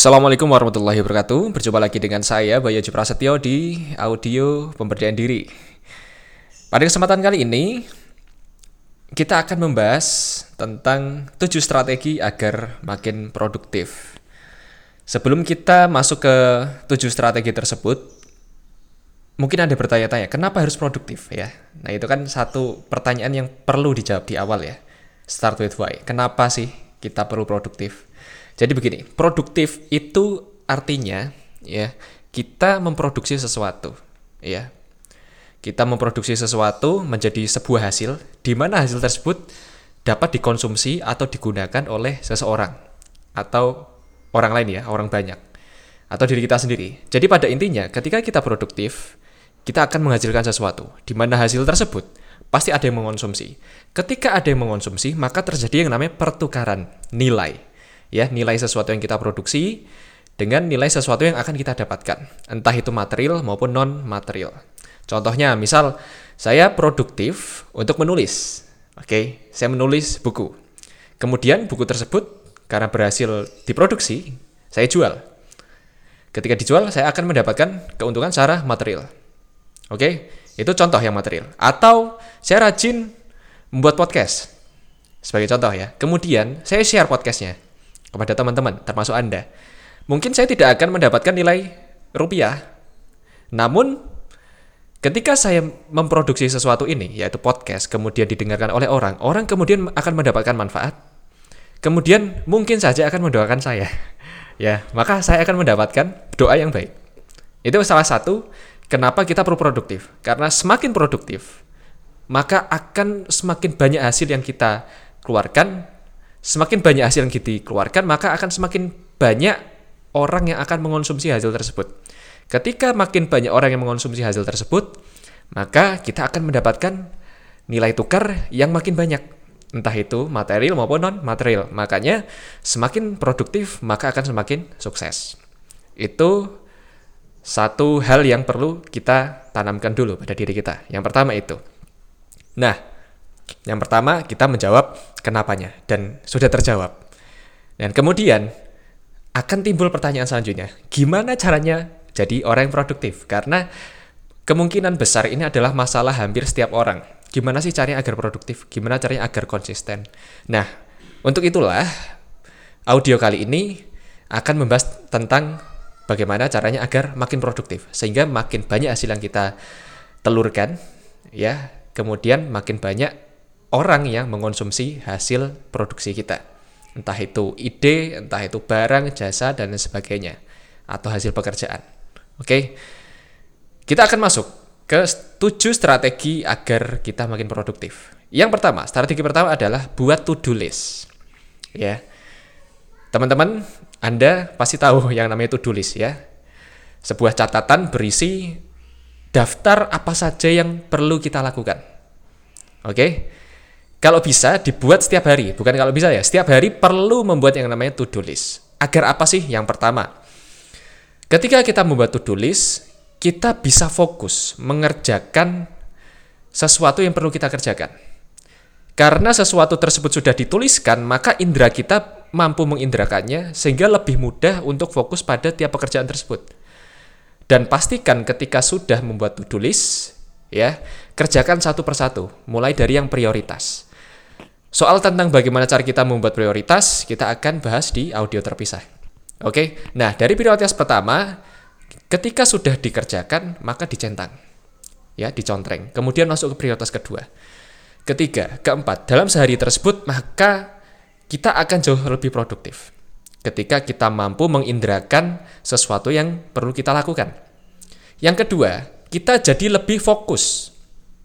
Assalamualaikum warahmatullahi wabarakatuh. Berjumpa lagi dengan saya Bayu Haji Prasetyo di audio pemberdayaan diri. Pada kesempatan kali ini kita akan membahas tentang 7 strategi agar makin produktif. Sebelum kita masuk ke 7 strategi tersebut, mungkin Anda bertanya-tanya, kenapa harus produktif ya? Nah, itu kan satu pertanyaan yang perlu dijawab di awal ya. Start with why. Kenapa sih kita perlu produktif? Jadi begini, produktif itu artinya ya, kita memproduksi sesuatu ya. Kita memproduksi sesuatu menjadi sebuah hasil di mana hasil tersebut dapat dikonsumsi atau digunakan oleh seseorang atau orang lain ya, orang banyak atau diri kita sendiri. Jadi pada intinya ketika kita produktif, kita akan menghasilkan sesuatu di mana hasil tersebut pasti ada yang mengonsumsi. Ketika ada yang mengonsumsi, maka terjadi yang namanya pertukaran nilai. Ya, nilai sesuatu yang kita produksi dengan nilai sesuatu yang akan kita dapatkan, entah itu material maupun non material. Contohnya, misal saya produktif untuk menulis. Oke, saya menulis buku. Kemudian buku tersebut karena berhasil diproduksi, saya jual. Ketika dijual, saya akan mendapatkan keuntungan secara material. Oke, itu contoh yang material. Atau saya rajin membuat podcast. Sebagai contoh ya. Kemudian saya share podcastnya kepada teman-teman, termasuk Anda. Mungkin saya tidak akan mendapatkan nilai rupiah. Namun, ketika saya memproduksi sesuatu ini, yaitu podcast, kemudian didengarkan oleh orang, orang kemudian akan mendapatkan manfaat. Kemudian mungkin saja akan mendoakan saya. Ya, maka saya akan mendapatkan doa yang baik. Itu salah satu kenapa kita perlu produktif. Karena semakin produktif, maka akan semakin banyak hasil yang kita keluarkan. Semakin banyak hasil yang kita keluarkan, maka akan semakin banyak orang yang akan mengonsumsi hasil tersebut. Ketika makin banyak orang yang mengonsumsi hasil tersebut, maka kita akan mendapatkan nilai tukar yang makin banyak. Entah itu material maupun non-material. Makanya semakin produktif, maka akan semakin sukses. Itu satu hal yang perlu kita tanamkan dulu pada diri kita. Yang pertama itu. Nah, yang pertama kita menjawab kenapanya dan sudah terjawab. Dan kemudian akan timbul pertanyaan selanjutnya. Gimana caranya jadi orang yang produktif? Karena kemungkinan besar ini adalah masalah hampir setiap orang. Gimana sih caranya agar produktif? Gimana caranya agar konsisten? Nah, untuk itulah audio kali ini akan membahas tentang bagaimana caranya agar makin produktif. Sehingga makin banyak hasil yang kita telurkan, ya, kemudian makin banyak orang yang mengonsumsi hasil produksi kita. Entah itu ide, entah itu barang, jasa, dan sebagainya. Atau hasil pekerjaan. Oke? Kita akan masuk ke 7 strategi agar kita makin produktif. Yang pertama, strategi pertama adalah buat to-do list. Ya. Teman-teman, Anda pasti tahu yang namanya to-do list ya. Sebuah catatan berisi daftar apa saja yang perlu kita lakukan. Oke? Kalau bisa dibuat setiap hari, bukan kalau bisa ya, setiap hari perlu membuat yang namanya to-do list. Agar apa sih? Yang pertama, ketika kita membuat to-do list, kita bisa fokus mengerjakan sesuatu yang perlu kita kerjakan. Karena sesuatu tersebut sudah dituliskan, maka indera kita mampu mengindrakannya sehingga lebih mudah untuk fokus pada tiap pekerjaan tersebut. Dan pastikan ketika sudah membuat to-do list, ya, kerjakan satu persatu, mulai dari yang prioritas. Soal tentang bagaimana cara kita membuat prioritas, kita akan bahas di audio terpisah. Oke, nah dari prioritas pertama, ketika sudah dikerjakan, maka dicentang, ya, dicontreng. Kemudian masuk ke prioritas kedua, ketiga, keempat. Dalam sehari tersebut, maka kita akan jauh lebih produktif. Ketika kita mampu mengindrakan sesuatu yang perlu kita lakukan. Yang kedua, kita jadi lebih fokus.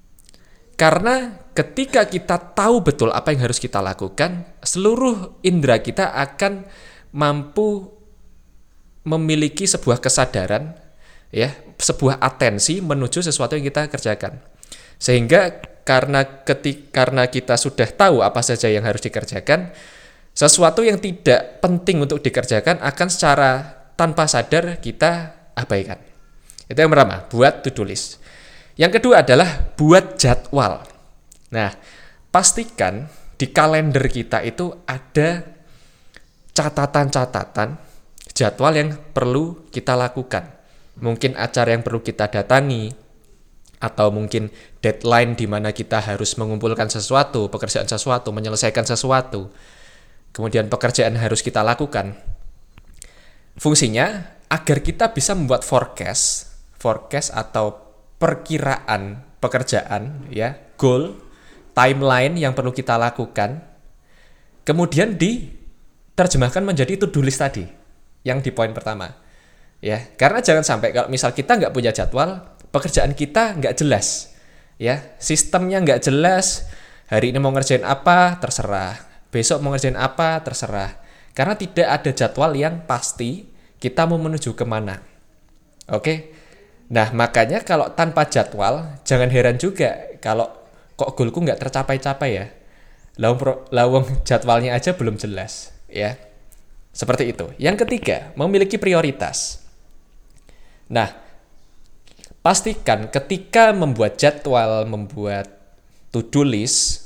Karena ketika kita tahu betul apa yang harus kita lakukan, seluruh indera kita akan mampu memiliki sebuah kesadaran, ya, sebuah atensi menuju sesuatu yang kita kerjakan. Sehingga karena kita sudah tahu apa saja yang harus dikerjakan, sesuatu yang tidak penting untuk dikerjakan akan secara tanpa sadar kita abaikan. Itu yang pertama, buat to-do list. Yang kedua adalah buat jadwal. Nah, pastikan di kalender kita itu ada catatan-catatan jadwal yang perlu kita lakukan. Mungkin acara yang perlu kita datangi, atau mungkin deadline di mana kita harus mengumpulkan sesuatu, pekerjaan sesuatu, menyelesaikan sesuatu. Kemudian pekerjaan harus kita lakukan. Fungsinya agar kita bisa membuat forecast atau perkiraan pekerjaan, ya, goal, timeline yang perlu kita lakukan, kemudian diterjemahkan menjadi to-do list tadi, yang di poin pertama. Ya, karena jangan sampai kalau misal kita nggak punya jadwal, pekerjaan kita nggak jelas, ya, sistemnya nggak jelas. Hari ini mau ngerjain apa, terserah. Besok mau ngerjain apa, terserah. Karena tidak ada jadwal yang pasti kita mau menuju kemana. Oke? Nah, makanya kalau tanpa jadwal, jangan heran juga kalau kok goalku nggak tercapai-capai ya. Lawang jadwalnya aja belum jelas, ya. Seperti itu. Yang ketiga, memiliki prioritas. Nah, pastikan ketika membuat jadwal, membuat to-do list,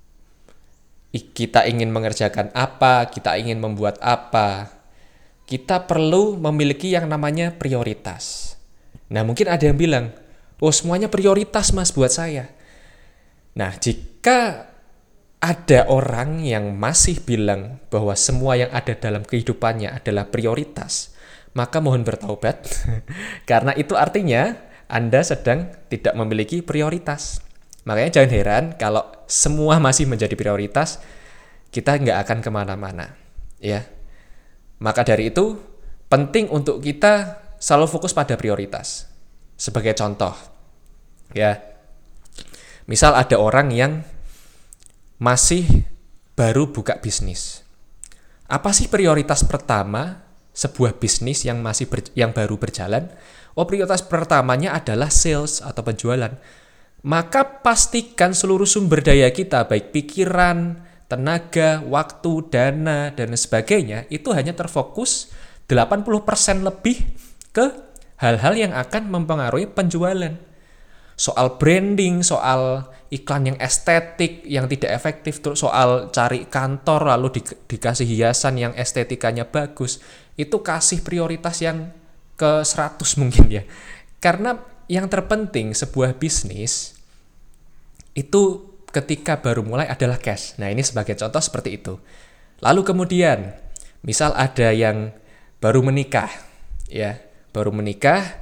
kita ingin mengerjakan apa, kita ingin membuat apa, kita perlu memiliki yang namanya prioritas. Nah, mungkin ada yang bilang, oh semuanya prioritas mas buat saya. Nah, jika ada orang yang masih bilang bahwa semua yang ada dalam kehidupannya adalah prioritas, maka mohon bertaubat, karena itu artinya Anda sedang tidak memiliki prioritas. Makanya jangan heran kalau semua masih menjadi prioritas, kita nggak akan kemana-mana. Ya. Maka dari itu, penting untuk kita selalu fokus pada prioritas. Sebagai contoh, ya, misal ada orang yang masih baru buka bisnis. Apa sih prioritas pertama sebuah bisnis yang yang baru berjalan? Oh, prioritas pertamanya adalah sales atau penjualan. Maka pastikan seluruh sumber daya kita, baik pikiran, tenaga, waktu, dana, dan sebagainya, itu hanya terfokus 80% lebih ke hal-hal yang akan mempengaruhi penjualan. Soal branding, soal iklan yang estetik, yang tidak efektif, terus soal cari kantor lalu dikasih hiasan yang estetikanya bagus, itu kasih prioritas yang ke 100 mungkin ya. Karena yang terpenting sebuah bisnis itu ketika baru mulai adalah cash. Nah, ini sebagai contoh seperti itu. Lalu kemudian, misal ada yang baru menikah, ya, baru menikah,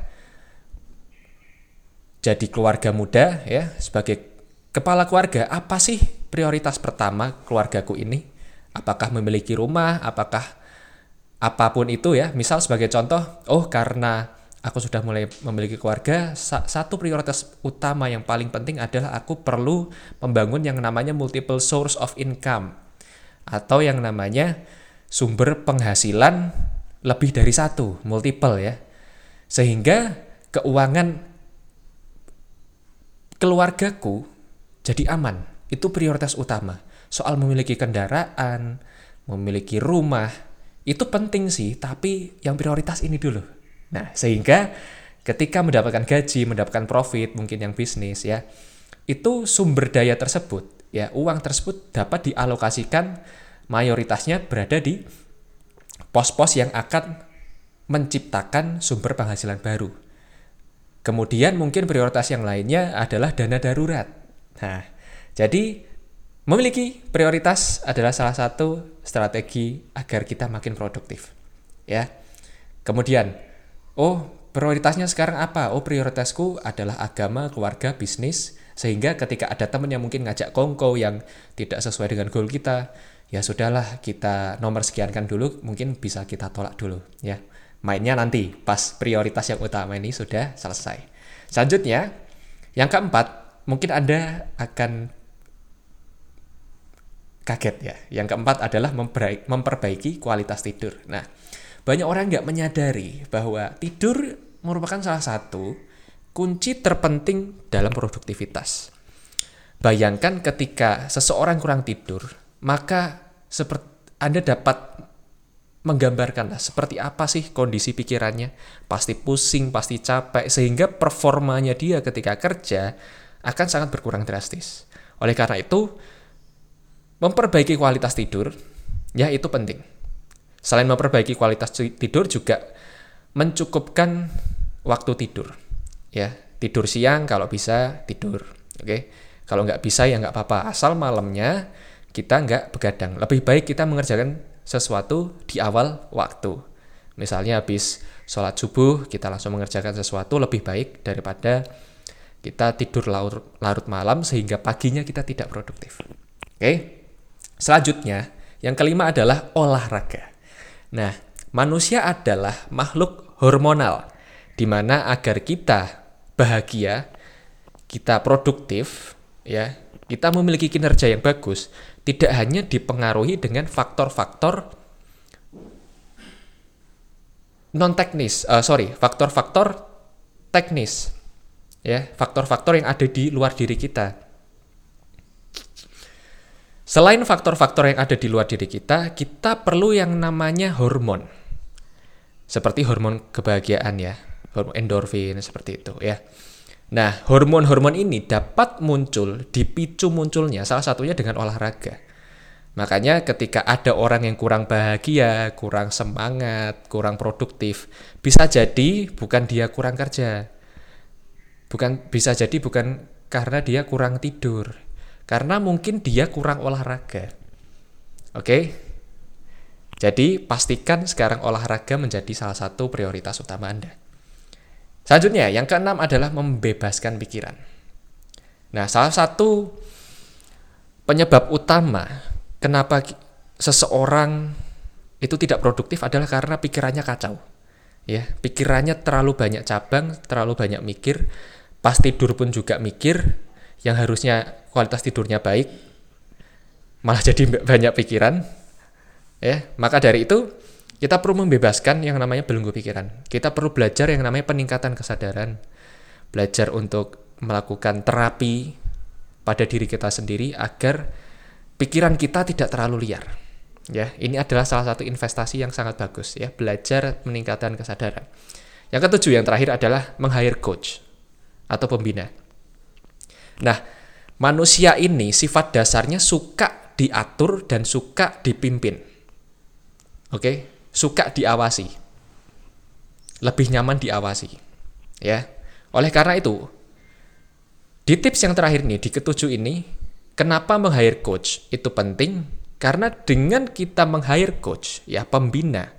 jadi keluarga muda, ya, sebagai kepala keluarga, apa sih prioritas pertama keluargaku ini? Apakah memiliki rumah? Apakah apapun itu ya? Misal sebagai contoh, oh karena aku sudah mulai memiliki keluarga, satu prioritas utama yang paling penting adalah aku perlu membangun yang namanya multiple source of income, atau yang namanya sumber penghasilan lebih dari satu, multiple ya. Sehingga keuangan keluargaku jadi aman. Itu prioritas utama. Soal memiliki kendaraan, memiliki rumah, itu penting sih, tapi yang prioritas ini dulu. Nah, sehingga ketika mendapatkan gaji, mendapatkan profit, mungkin yang bisnis ya, itu sumber daya tersebut, ya, uang tersebut dapat dialokasikan, mayoritasnya berada di pos-pos yang akan menciptakan sumber penghasilan baru. Kemudian mungkin prioritas yang lainnya adalah dana darurat. Nah, jadi memiliki prioritas adalah salah satu strategi agar kita makin produktif. Ya. Kemudian, oh prioritasnya sekarang apa? Oh prioritasku adalah agama, keluarga, bisnis. Sehingga ketika ada teman yang mungkin ngajak kongko yang tidak sesuai dengan goal kita, ya sudahlah kita nomor sekiankan dulu, mungkin bisa kita tolak dulu. Ya. Mainnya nanti pas prioritas yang utama ini sudah selesai. Selanjutnya, yang keempat, mungkin Anda akan kaget ya. Yang keempat adalah memperbaiki kualitas tidur. Nah, banyak orang nggak menyadari bahwa tidur merupakan salah satu kunci terpenting dalam produktivitas. Bayangkan ketika seseorang kurang tidur, maka Anda dapat menggambarkanlah seperti apa sih kondisi pikirannya, pasti pusing, pasti capek, sehingga performanya dia ketika kerja akan sangat berkurang drastis. Oleh karena itu, memperbaiki kualitas tidur, ya itu penting. Selain memperbaiki kualitas tidur juga mencukupkan waktu tidur. Ya, tidur siang kalau bisa tidur. Oke. Kalau nggak bisa ya nggak apa-apa. Asal malamnya kita nggak begadang. Lebih baik kita mengerjakan sesuatu di awal waktu. Misalnya habis sholat subuh kita langsung mengerjakan sesuatu, lebih baik daripada kita tidur larut malam sehingga paginya kita tidak produktif. Oke. Selanjutnya, yang kelima adalah olahraga. Nah, manusia adalah makhluk hormonal, di mana agar kita bahagia, kita produktif, ya, kita memiliki kinerja yang bagus, tidak hanya dipengaruhi dengan faktor-faktor faktor-faktor teknis, ya, faktor-faktor yang ada di luar diri kita. Selain faktor-faktor yang ada di luar diri kita perlu yang namanya hormon. Seperti hormon kebahagiaan ya, hormon endorfin seperti itu ya. Nah, hormon-hormon ini dapat dipicu munculnya salah satunya dengan olahraga. Makanya ketika ada orang yang kurang bahagia, kurang semangat, kurang produktif, bisa jadi bukan dia kurang kerja. Bisa jadi bukan karena dia kurang tidur. Karena mungkin dia kurang olahraga. Oke? Jadi pastikan sekarang olahraga menjadi salah satu prioritas utama Anda. Selanjutnya, yang keenam adalah membebaskan pikiran. Nah, salah satu penyebab utama kenapa seseorang itu tidak produktif adalah karena pikirannya kacau. Ya, pikirannya terlalu banyak cabang, terlalu banyak mikir, pas tidur pun juga mikir, yang harusnya kualitas tidurnya baik, malah jadi banyak pikiran. Ya, maka dari itu kita perlu membebaskan yang namanya belenggu pikiran. Kita perlu belajar yang namanya peningkatan kesadaran, belajar untuk melakukan terapi pada diri kita sendiri agar pikiran kita tidak terlalu liar. Ya, ini adalah salah satu investasi yang sangat bagus ya, belajar meningkatkan kesadaran. Yang ketujuh, yang terakhir adalah meng-hire coach atau pembina. Nah, manusia ini sifat dasarnya suka diatur dan suka dipimpin. Oke, suka diawasi. Lebih nyaman diawasi. Ya. Oleh karena itu, di tips yang terakhir ini, di ketujuh ini, kenapa meng-hire coach itu penting? Karena dengan kita meng-hire coach, ya pembina,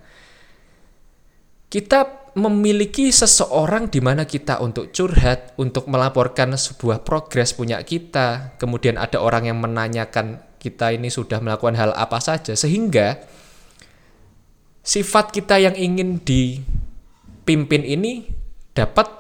kita memiliki seseorang di mana kita untuk curhat, untuk melaporkan sebuah progres punya kita, kemudian ada orang yang menanyakan kita ini sudah melakukan hal apa saja, sehingga sifat kita yang ingin dipimpin ini dapat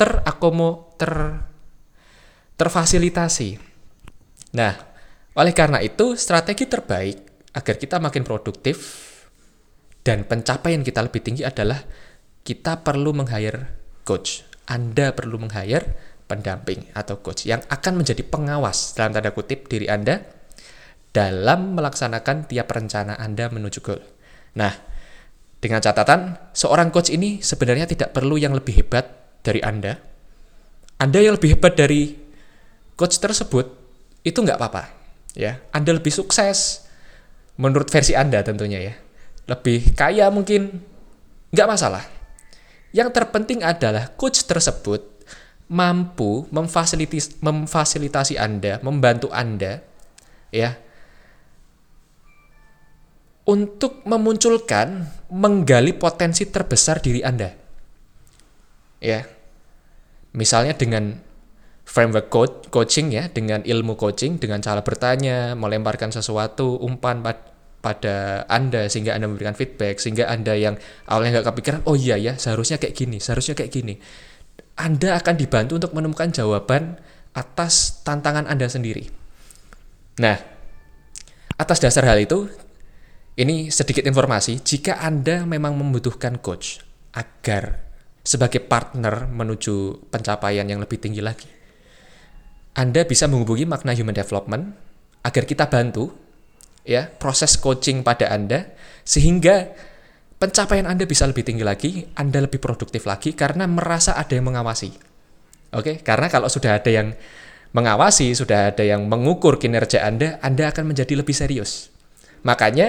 terfasilitasi. Nah, oleh karena itu strategi terbaik agar kita makin produktif dan pencapaian kita lebih tinggi adalah kita perlu meng-hire coach. Anda perlu meng-hire pendamping atau coach yang akan menjadi pengawas dalam tanda kutip diri Anda dalam melaksanakan tiap rencana Anda menuju goal. Nah, dengan catatan, seorang coach ini sebenarnya tidak perlu yang lebih hebat dari Anda. Anda yang lebih hebat dari coach tersebut, itu nggak apa-apa. Ya, Anda lebih sukses, menurut versi Anda tentunya ya. Lebih kaya mungkin, nggak masalah. Yang terpenting adalah coach tersebut mampu memfasilitasi Anda, membantu Anda, ya, untuk memunculkan, menggali potensi terbesar diri Anda. Ya. Misalnya dengan framework coaching ya, dengan ilmu coaching, dengan cara bertanya, melemparkan sesuatu, umpan pada Anda sehingga Anda memberikan feedback, sehingga Anda yang awalnya nggak kepikiran, oh iya ya, seharusnya kayak gini. Anda akan dibantu untuk menemukan jawaban atas tantangan Anda sendiri. Nah, atas dasar hal itu, ini sedikit informasi, jika Anda memang membutuhkan coach agar sebagai partner menuju pencapaian yang lebih tinggi lagi, Anda bisa menghubungi Makna Human Development agar kita bantu ya proses coaching pada Anda sehingga pencapaian Anda bisa lebih tinggi lagi, Anda lebih produktif lagi karena merasa ada yang mengawasi. Oke, karena kalau sudah ada yang mengawasi, sudah ada yang mengukur kinerja Anda akan menjadi lebih serius. Makanya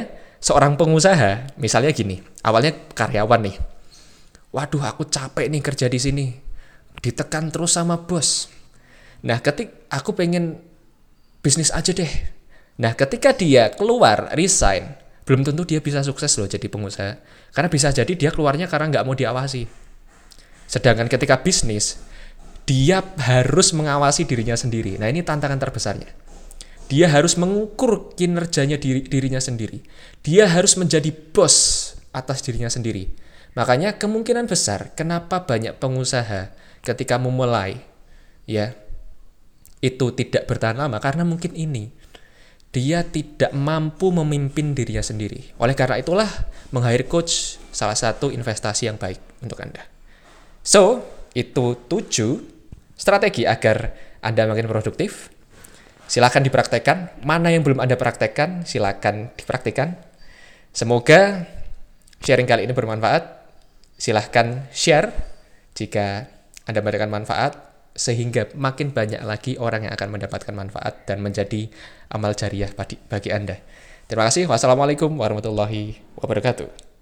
seorang pengusaha, misalnya gini, awalnya karyawan nih. Waduh, aku capek nih kerja di sini. Ditekan terus sama bos. Nah, aku pengen bisnis aja deh. Nah, ketika dia keluar, resign, belum tentu dia bisa sukses loh jadi pengusaha. Karena bisa jadi dia keluarnya karena nggak mau diawasi. Sedangkan ketika bisnis, dia harus mengawasi dirinya sendiri. Nah, ini tantangan terbesarnya. Dia harus mengukur kinerjanya dirinya sendiri. Dia harus menjadi bos atas dirinya sendiri. Makanya kemungkinan besar kenapa banyak pengusaha ketika memulai ya itu tidak bertahan lama karena mungkin ini dia tidak mampu memimpin dirinya sendiri. Oleh karena itulah meng-hire coach salah satu investasi yang baik untuk Anda. So, itu 7 strategi agar Anda makin produktif. Silakan dipraktekkan. Mana yang belum Anda praktekkan, silakan dipraktikkan. Semoga sharing kali ini bermanfaat. Silahkan share jika Anda mendapatkan manfaat, sehingga makin banyak lagi orang yang akan mendapatkan manfaat dan menjadi amal jariah bagi Anda. Terima kasih. Wassalamualaikum warahmatullahi wabarakatuh.